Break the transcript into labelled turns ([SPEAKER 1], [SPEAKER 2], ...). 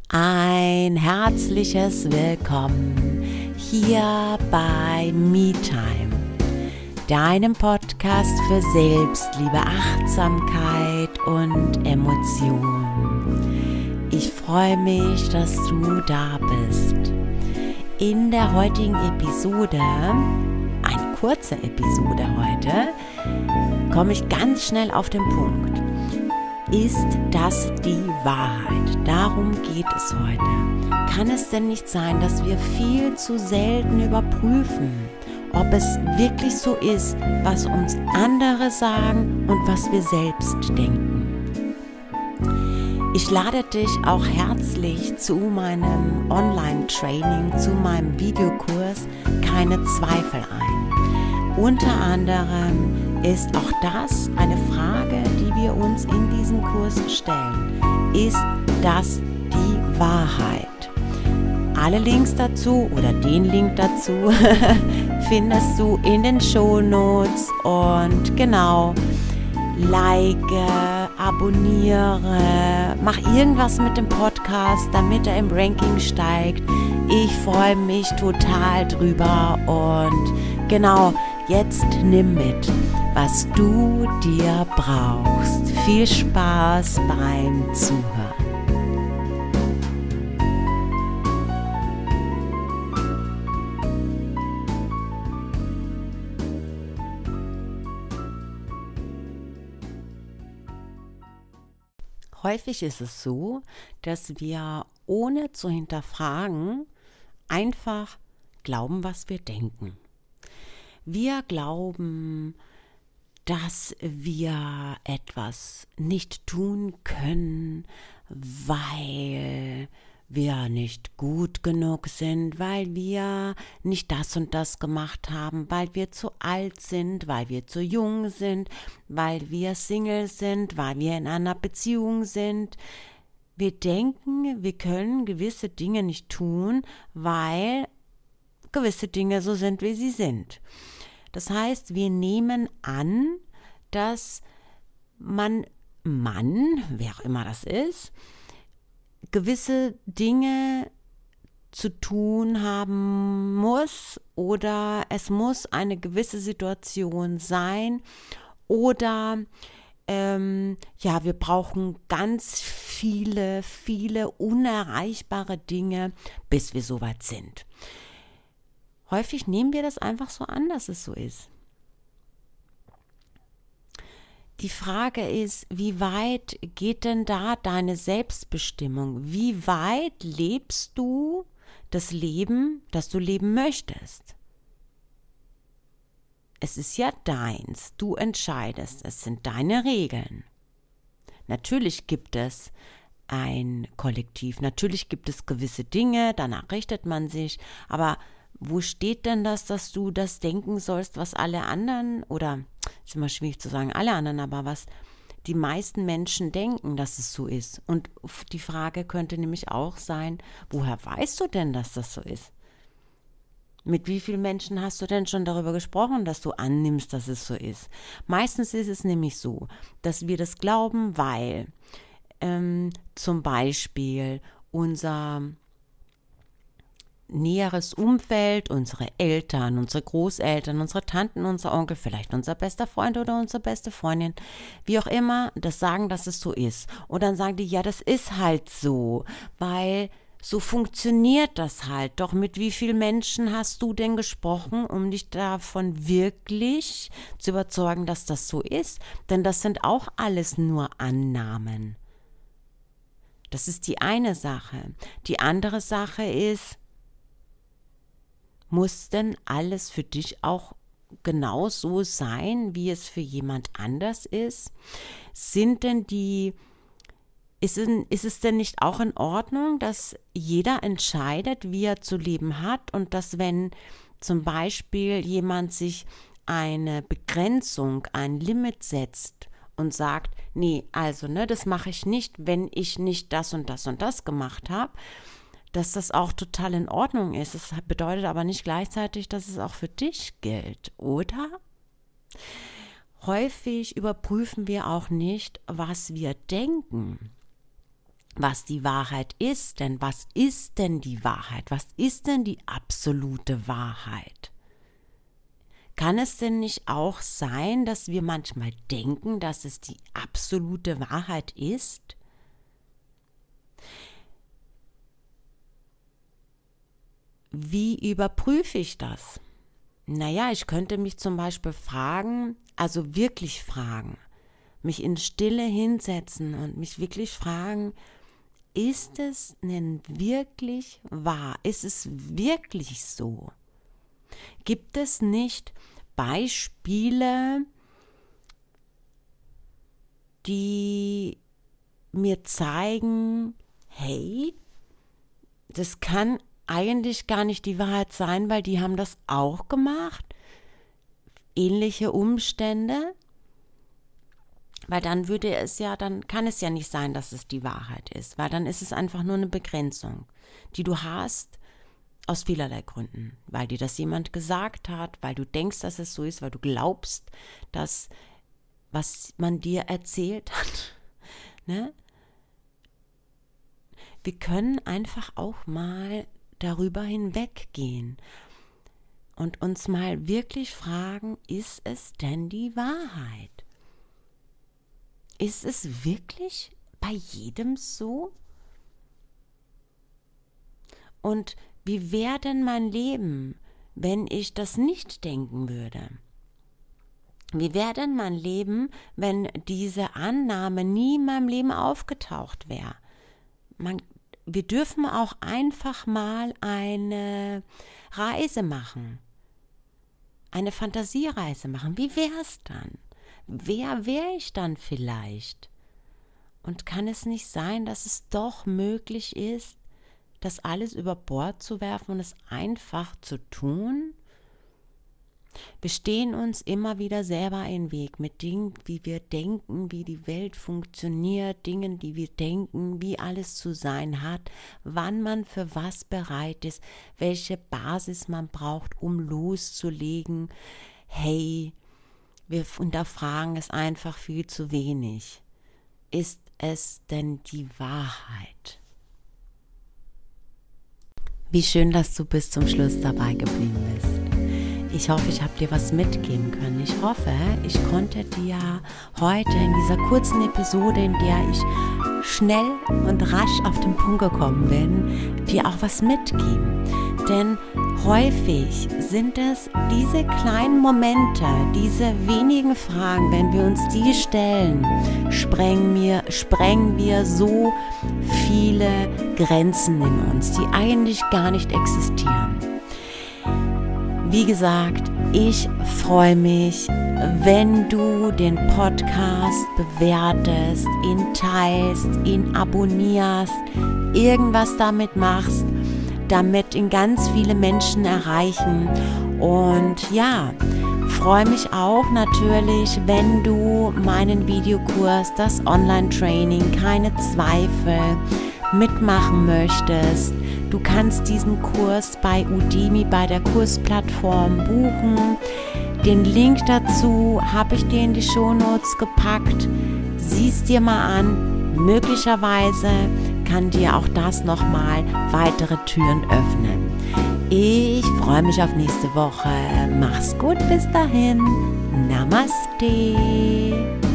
[SPEAKER 1] Ein herzliches Willkommen hier bei MeTime, deinem Podcast für Selbstliebe, Achtsamkeit und Emotion. Ich freue mich, dass du da bist. In der heutigen Episode, eine kurze Episode heute, komme ich ganz schnell auf den Punkt. Ist das die Wahrheit? Darum geht es heute. Kann es denn nicht sein, dass wir viel zu selten überprüfen, ob es wirklich so ist, was uns andere sagen und was wir selbst denken? Ich lade dich auch herzlich zu meinem Online-Training, zu meinem Videokurs Keine Zweifel ein. Unter anderem ist auch das eine Frage, die wir uns in diesem Kurs stellen. Ist das die Wahrheit? Alle Links dazu oder den Link dazu findest du in den Shownotes und genau, like, abonniere, mach irgendwas mit dem Podcast, damit er im Ranking steigt. Ich freue mich total drüber und genau, jetzt nimm mit, was du dir brauchst. Viel Spaß beim Zuhören. Häufig ist es so, dass wir ohne zu hinterfragen einfach glauben, was wir denken. Wir glauben, dass wir etwas nicht tun können, weil wir nicht gut genug sind, weil wir nicht das und das gemacht haben, weil wir zu alt sind, weil wir zu jung sind, weil wir Single sind, weil wir in einer Beziehung sind. Wir denken, wir können gewisse Dinge nicht tun, weil gewisse Dinge so sind, wie sie sind. Das heißt, wir nehmen an, dass man, wer auch immer das ist, gewisse Dinge zu tun haben muss oder es muss eine gewisse Situation sein oder wir brauchen ganz viele unerreichbare Dinge, bis wir so weit sind. Häufig nehmen wir das einfach so an, dass es so ist. Die Frage ist, wie weit geht denn da deine Selbstbestimmung? Wie weit lebst du das Leben, das du leben möchtest? Es ist ja deins, du entscheidest, es sind deine Regeln. Natürlich gibt es ein Kollektiv, natürlich gibt es gewisse Dinge, danach richtet man sich, aber wo steht denn das, dass du das denken sollst, was alle anderen, oder ist immer schwierig zu sagen, alle anderen, aber was die meisten Menschen denken, dass es so ist? Und die Frage könnte nämlich auch sein, woher weißt du denn, dass das so ist? Mit wie vielen Menschen hast du denn schon darüber gesprochen, dass du annimmst, dass es so ist? Meistens ist es nämlich so, dass wir das glauben, weil zum Beispiel unser näheres Umfeld, unsere Eltern, unsere Großeltern, unsere Tanten, unser Onkel, vielleicht unser bester Freund oder unsere beste Freundin, wie auch immer, das sagen, dass es so ist. Und dann sagen die, ja, das ist halt so, weil so funktioniert das halt. Doch mit wie vielen Menschen hast du denn gesprochen, um dich davon wirklich zu überzeugen, dass das so ist? Denn das sind auch alles nur Annahmen. Das ist die eine Sache. Die andere Sache ist, muss denn alles für dich auch genau so sein, wie es für jemand anders ist? Ist es denn nicht auch in Ordnung, dass jeder entscheidet, wie er zu leben hat und dass, wenn zum Beispiel jemand sich eine Begrenzung, ein Limit setzt und sagt, nee, also das mache ich nicht, wenn ich nicht das und das und das gemacht habe, dass das auch total in Ordnung ist. Das bedeutet aber nicht gleichzeitig, dass es auch für dich gilt, oder? Häufig überprüfen wir auch nicht, was wir denken. was die Wahrheit ist. Denn was ist denn die Wahrheit? Was ist denn die absolute Wahrheit? Kann es denn nicht auch sein, dass wir manchmal denken, dass es die absolute Wahrheit ist? Wie überprüfe ich das? Naja, ich könnte mich zum Beispiel fragen, also wirklich fragen, mich in Stille hinsetzen und mich wirklich fragen, ist es denn wirklich wahr? Ist es wirklich so? Gibt es nicht Beispiele, die mir zeigen, hey, das kann eigentlich gar nicht die Wahrheit sein, weil die haben das auch gemacht, ähnliche Umstände, weil dann dann kann es ja nicht sein, dass es die Wahrheit ist, weil dann ist es einfach nur eine Begrenzung, die du hast aus vielerlei Gründen, weil dir das jemand gesagt hat, weil du denkst, dass es so ist, weil du glaubst, dass was man dir erzählt hat, ne? Wir können einfach auch mal darüber hinweggehen und uns mal wirklich fragen, ist es denn die Wahrheit? Ist es wirklich bei jedem so? Und wie wäre denn mein Leben, wenn ich das nicht denken würde? Wie wäre denn mein Leben, wenn diese Annahme nie in meinem Leben aufgetaucht wäre? Wir dürfen auch einfach mal eine Reise machen, eine Fantasiereise machen. Wie wäre es dann? Wer wäre ich dann vielleicht? Und kann es nicht sein, dass es doch möglich ist, das alles über Bord zu werfen und es einfach zu tun? Wir stehen uns immer wieder selber in den Weg mit Dingen, wie wir denken, wie die Welt funktioniert, Dingen, die wir denken, wie alles zu sein hat, wann man für was bereit ist, welche Basis man braucht, um loszulegen. Hey, wir hinterfragen es einfach viel zu wenig. Ist es denn die Wahrheit? Wie schön, dass du bis zum Schluss dabei geblieben bist. Ich hoffe, ich habe dir was mitgeben können. Ich hoffe, ich konnte dir heute in dieser kurzen Episode, in der ich schnell und rasch auf den Punkt gekommen bin, dir auch was mitgeben. Denn häufig sind es diese kleinen Momente, diese wenigen Fragen, wenn wir uns die stellen, sprengen wir so viele Grenzen in uns, die eigentlich gar nicht existieren. Wie gesagt, ich freue mich, wenn du den Podcast bewertest, ihn teilst, ihn abonnierst, irgendwas damit machst, damit ihn ganz viele Menschen erreichen. Und ja, freue mich auch natürlich, wenn du meinen Videokurs, das Online-Training, keine Zweifel, mitmachen möchtest. Du kannst diesen Kurs bei Udemy, bei der Kursplattform buchen. Den Link dazu habe ich dir in die Shownotes gepackt. Siehst dir mal an. Möglicherweise kann dir auch das nochmal weitere Türen öffnen. Ich freue mich auf nächste Woche. Mach's gut, bis dahin. Namaste.